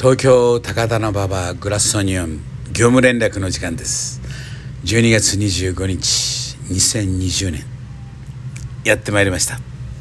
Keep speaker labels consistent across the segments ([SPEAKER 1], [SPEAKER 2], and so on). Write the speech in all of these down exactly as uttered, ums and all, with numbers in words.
[SPEAKER 1] 東京高田馬場グラッソニオン業務連絡の時間です。じゅうにがつにじゅうごにちにせんにじゅうねんやってまいりました。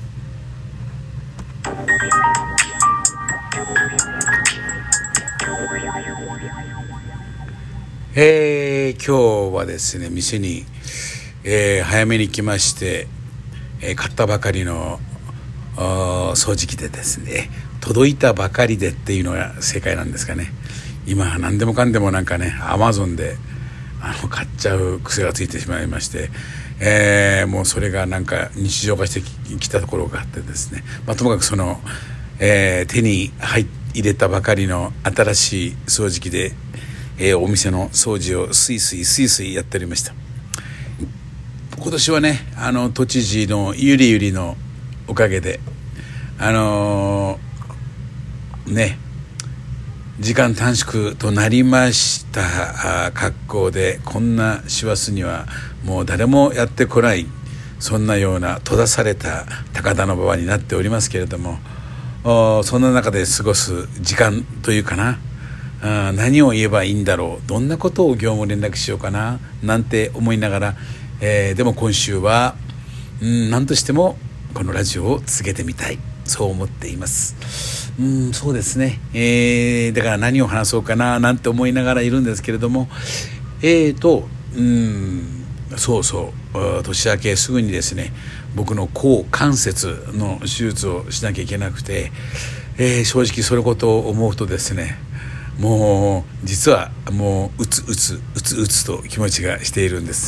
[SPEAKER 1] えー、今日はですね店に、えー、早めに来まして、えー、買ったばかりの掃除機でですね、届いたばかりでっていうのが正解なんですかね。今何でもかんでもなんかねアマゾンであの買っちゃう癖がついてしまいまして、えー、もうそれがなんか日常化してきたところがあってですね、まあ、ともかくその、えー、手に入れたばかりの新しい掃除機で、えー、お店の掃除をスイスイスイスイやっておりました。今年はねあの都知事のゆりゆりのおかげであのー、ね時間短縮となりました格好で、こんな師走にはもう誰もやってこない、そんなような閉ざされた高田馬場になっておりますけれども、そんな中で過ごす時間というかな、あ何を言えばいいんだろう、どんなことを業務連絡しようかななんて思いながら、えー、でも今週はん何としてもこのラジオを続けてみたい、そう思っています。うんそうですね、えー、だから何を話そうかななんて思いながらいるんですけれども、えーとうんそうそう年明けすぐにですね僕の甲関節の手術をしなきゃいけなくて、えー、正直それことを思うとですね、もう実はもううつうつうつうつと気持ちがしているんです。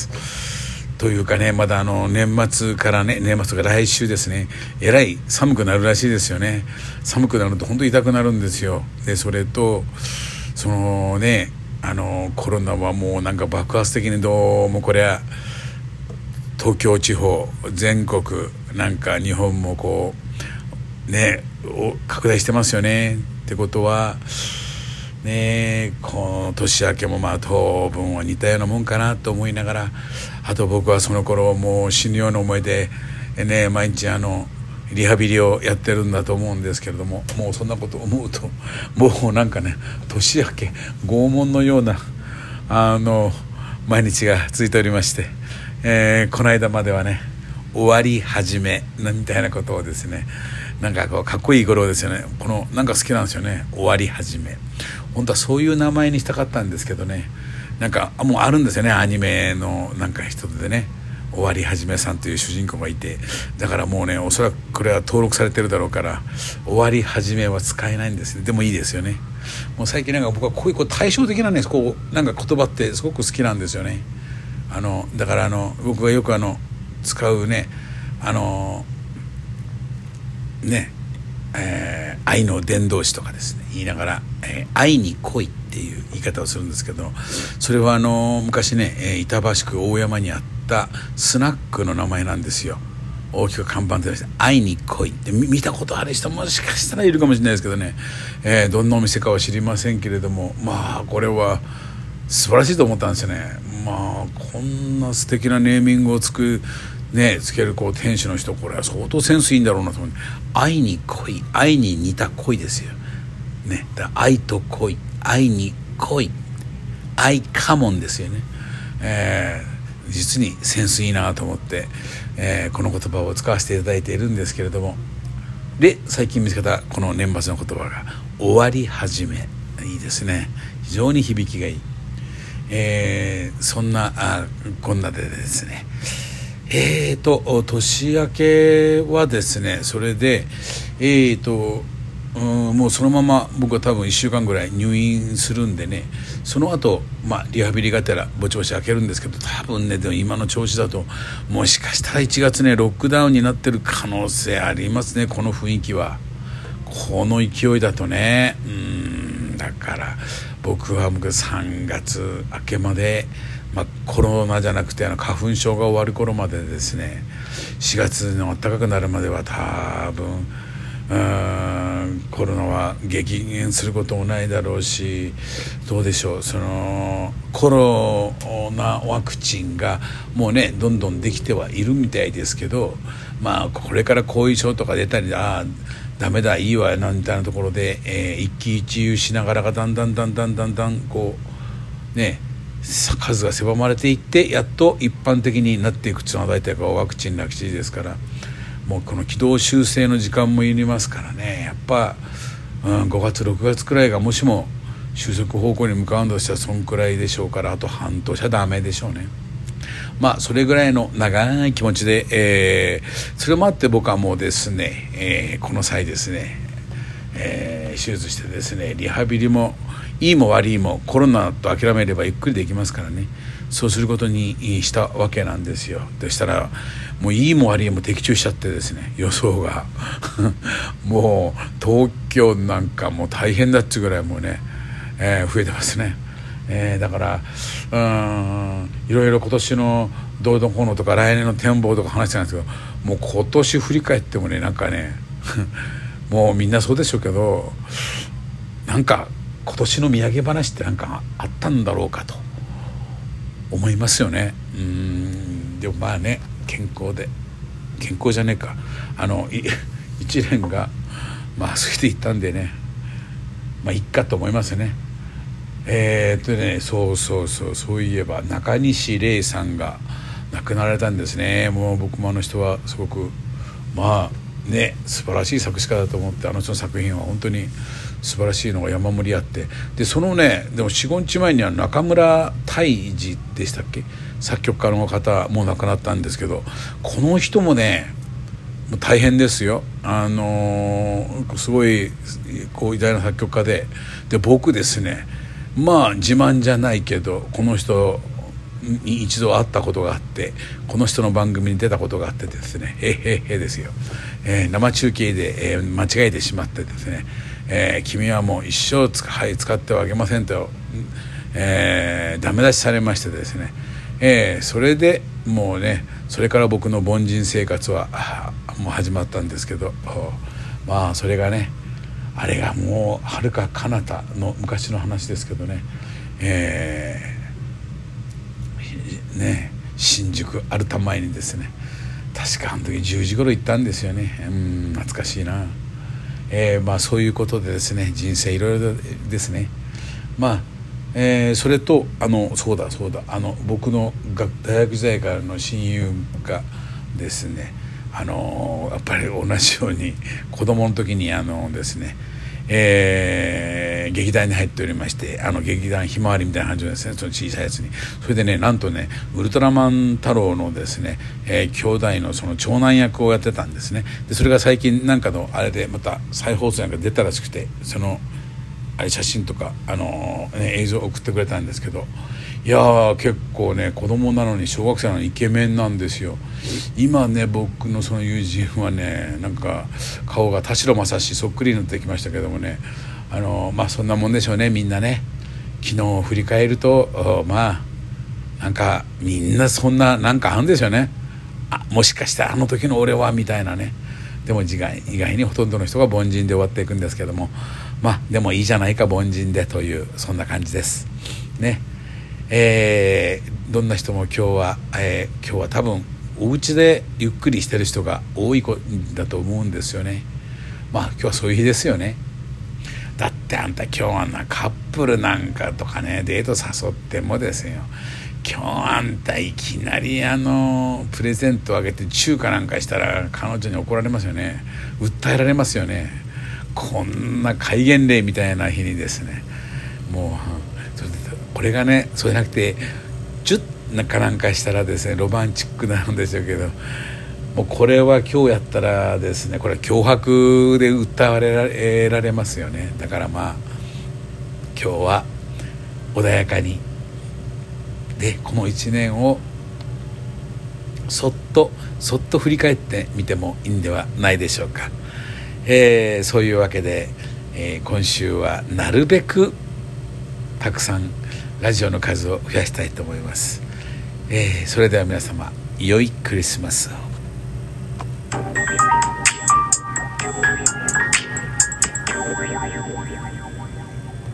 [SPEAKER 1] というかね、まだあの年末からね年末が来週ですね、えらい寒くなるらしいですよね。寒くなると本当に痛くなるんですよ。でそれとそのねあのコロナはもうなんか爆発的にどうもこれは東京地方全国なんか日本もこうね拡大してますよね。ってことはねこの年明けもまあ当分は似たようなもんかなと思いながら、あと僕はその頃もう死ぬような思いでね毎日あのリハビリをやってるんだと思うんですけれども、もうそんなこと思うともうなんかね年明け拷問のようなあの毎日が続いておりまして、えー、この間まではね終わり始めみたいなことをですね、なんかこうかっこいい語呂ですよね。このなんか好きなんですよね、終わり始め。本当はそういう名前にしたかったんですけどね、なんかもうあるんですよね、アニメのなんか人でね、終わりはじめさんという主人公がいて、だからもうねおそらくこれは登録されてるだろうから終わりはじめは使えないんですね。でもいいですよね。もう最近なんか僕はこういうこう対照的なねこうなんか言葉ってすごく好きなんですよね。あのだからあの僕がよくあの使うねあのねえー、愛の伝道師とかですね言いながら、えー、愛に恋っていう言い方をするんですけど、それはあの昔ね、えー、板橋区大山にあったスナックの名前なんですよ。大きく看板で出して愛に恋って見たことある人もしかしたらいるかもしれないですけどね、えー、どんなお店かは知りませんけれども、まあこれは素晴らしいと思ったんですよね。まあこんな素敵なネーミングをつくね、つけるこう店主の人、これは相当センスいいんだろうなと思って、愛に恋、愛に似た恋ですよ、ね、だ愛と恋、愛に恋、愛カモンですよね、えー、実にセンスいいなと思って、えー、この言葉を使わせていただいているんですけれども、で最近見つけたこの年末の言葉が終わり始め、いいですね、非常に響きがいい、えー、そんなあこんなでですね、えーと年明けはですね、それでえーとうんもうそのまま僕は多分いっしゅうかんぐらい入院するんでね、その後、まあリハビリがてらぼちぼち開けるんですけど、多分ねでも今の調子だともしかしたらいちがつねロックダウンになってる可能性ありますね。この雰囲気はこの勢いだとね、うんだから僕は僕さんがつ明けまでまあ、コロナじゃなくてあの花粉症が終わる頃までですね、しがつの暖かくなるまでは多分うーんコロナは激減することもないだろうし、どうでしょう、そのコロナワクチンがもうねどんどんできてはいるみたいですけど、まあこれから後遺症とか出たりあダメだいいわなんみたいなところで、えー、一喜一憂しながらがだんだんだんだんだんだんこうね数が狭まれていって、やっと一般的になっていくっていうのは大体ワクチンらしいですから、もうこの軌道修正の時間もいりますからね、やっぱ、うん、ごがつろくがつくらいがもしも収束方向に向かうんとしたらそんくらいでしょうから、あと半年はダメでしょうね。まあそれぐらいの長い気持ちで、えー、それもあって僕はもうですね、えー、この際ですね、えー、手術してですね、リハビリもいいも悪いもコロナと諦めればゆっくりできますからね、そうすることにしたわけなんですよ。でしたらもういいも悪いも的中しちゃってですね、予想がもう東京なんかもう大変だっちゅうぐらいもうね、えー、増えてますね。えー、だからうーんいろいろ今年のどうのこうのとか来年の展望とか話してたんですけど、もう今年振り返ってもね、なんかねもうみんなそうでしょうけど、なんか今年の土産話ってなんかあったんだろうかと思いますよね。うーんでもまあね、健康で健康じゃねえかあの一年がまあ過ぎていったんでね、まあいっかと思いますよね。えー、っとねそうそうそうそういえば中西礼さんが亡くなられたんですね。もう僕もあの人はすごくまあね素晴らしい作詞家だと思って、あの人の作品は本当に素晴らしいのが山盛りあって、でそのねでも よん,ご 日前には中村泰治でしたっけ、作曲家の方もう亡くなったんですけど、この人もねもう大変ですよ。あのー、すごいこう偉大な作曲家で、で僕ですねまあ自慢じゃないけどこの人に一度会ったことがあって、この人の番組に出たことがあってですね、へへへですよ、えー、生中継で、えー、間違えてしまってですね、えー、君はもう一生使、はい、使ってはあげませんと、えー、ダメ出しされましてですね、えー、それでもうねそれから僕の凡人生活はもう始まったんですけど、まあそれがねあれがもうはるか彼方の昔の話ですけどね、えー、ね新宿アルタ前にですね、確かあの時じゅうじ頃行ったんですよね。うん懐かしいな。えー、まあそういうことでですね、人生いろいろですね。まあ、えー、それとあのそうだそうだあの僕の大学時代からの親友がですね、あのやっぱり同じように子供の時にあのですね、えー、劇団に入っておりまして、あの劇団ひまわりみたいな感じですね、その小さいやつに。それでねなんとねウルトラマン太郎のですね、えー、兄弟のその長男役をやってたんですね。でそれが最近なんかのあれでまた再放送なんか出たらしくて、そのあれ写真とか、あのーね、映像を送ってくれたんですけど、いやー結構ね子供なのに小学生なのにイケメンなんですよ。今ね僕のその友人はねなんか顔が田代正史そっくりになってきましたけどもね、あのー、まあそんなもんでしょうね。みんなね昨日を振り返るとまあなんかみんなそんななんかあるんですよね。あもしかしたらあの時の俺はみたいなね。でも意外、意外にほとんどの人が凡人で終わっていくんですけども、まあでもいいじゃないか凡人でというそんな感じですね。えー、どんな人も今日は、えー、今日は多分お家でゆっくりしてる人が多いんだと思うんですよね。まあ今日はそういう日ですよね。だってあんた今日はなカップルなんかとかねデート誘ってもですよ、今日あんたいきなりあのプレゼントあげて中華なんかしたら彼女に怒られますよね。訴えられますよね。こんな戒厳令みたいな日にですね、もうこれがねそうじゃなくてチュッなんかなんかしたらですねロマンチックなんでしょうけど、もうこれは今日やったらですねこれは脅迫で訴えられますよね。だからまあ今日は穏やかにでこのいちねんをそっとそっと振り返ってみてもいいんではないでしょうか。えー、そういうわけで、えー、今週はなるべくたくさんラジオの数を増やしたいと思います。えー、それでは皆様良いクリスマスを。